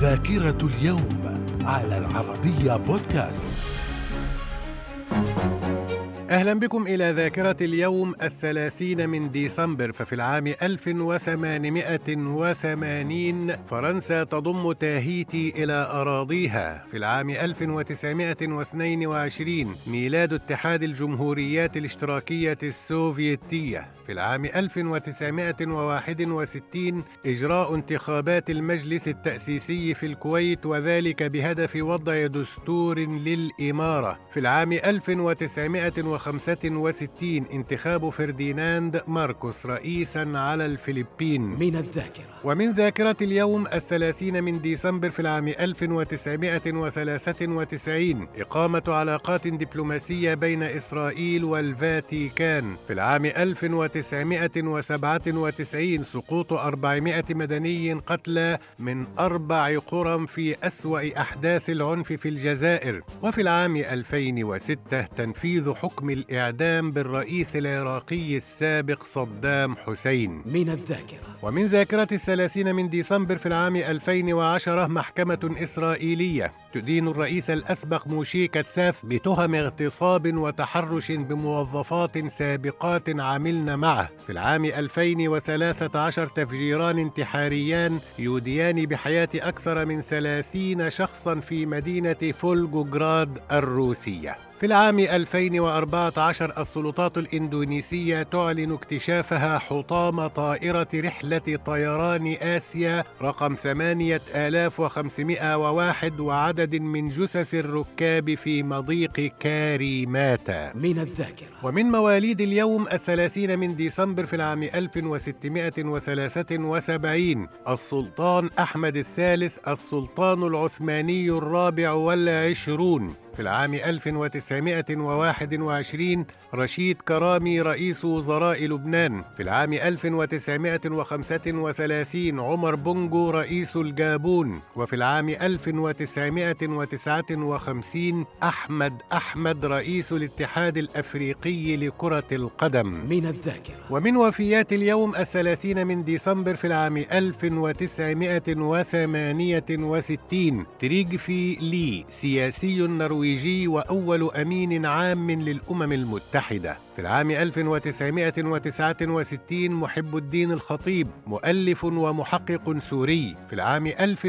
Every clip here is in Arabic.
ذاكرة اليوم على العربية بودكاست. أهلا بكم إلى ذاكرة اليوم 30 من ديسمبر. ففي العام 1880 فرنسا تضم تاهيتي إلى أراضيها. في العام 1922 ميلاد اتحاد الجمهوريات الاشتراكية السوفيتية. في العام 1961 إجراء انتخابات المجلس التأسيسي في الكويت، وذلك بهدف وضع دستور للإمارة. في العام 1965 انتخاب فرديناند ماركوس رئيساً على الفلبين. من الذاكرة. ومن ذاكرة اليوم 30 من ديسمبر في العام 1993 إقامة علاقات دبلوماسية بين إسرائيل والفاتيكان. في العام 1997 سقوط 400 مدني قتلى من 4 قرى في أسوأ أحداث العنف في الجزائر. وفي العام 2006 تنفيذ حكم الإعدام بالرئيس العراقي السابق صدام حسين. من الذاكرة. ومن ذاكرة 30 من ديسمبر في العام 2010 محكمة إسرائيلية تدين الرئيس الأسبق موشي كتساف بتهم اغتصاب وتحرش بموظفات سابقات عملن معه. في العام 2013 تفجيران انتحاريان يوديان بحياة أكثر من 30 شخصا في مدينة فولغوغراد الروسية. في العام 2014 السلطات الإندونيسية تعلن اكتشافها حطام طائرة رحلة طيران آسيا رقم 8501 وعدد من جثث الركاب في مضيق كاريماتا. من الذاكرة. ومن مواليد اليوم 30 من ديسمبر في العام 1673 السلطان أحمد الثالث السلطان العثماني الرابع والعشرون. في العام 1921 رشيد كرامي رئيس وزراء لبنان. في العام 1935 عمر بونغو رئيس الجابون. وفي العام 1959 أحمد رئيس الاتحاد الأفريقي لكرة القدم. من الذاكرة. ومن وفيات اليوم 30 من ديسمبر في العام 1968 تريغفي لي سياسي نرويجي وأول أمين عام للأمم المتحدة. في العام 1969 محب الدين الخطيب مؤلف ومحقق سوري. في العام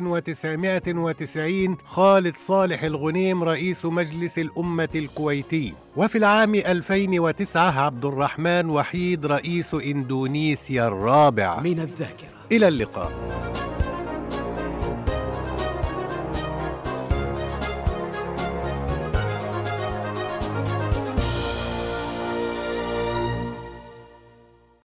1990 خالد صالح الغنيم رئيس مجلس الأمة الكويتي. وفي العام 2009 عبد الرحمن وحيد رئيس إندونيسيا الرابع. من الذاكرة. إلى اللقاء.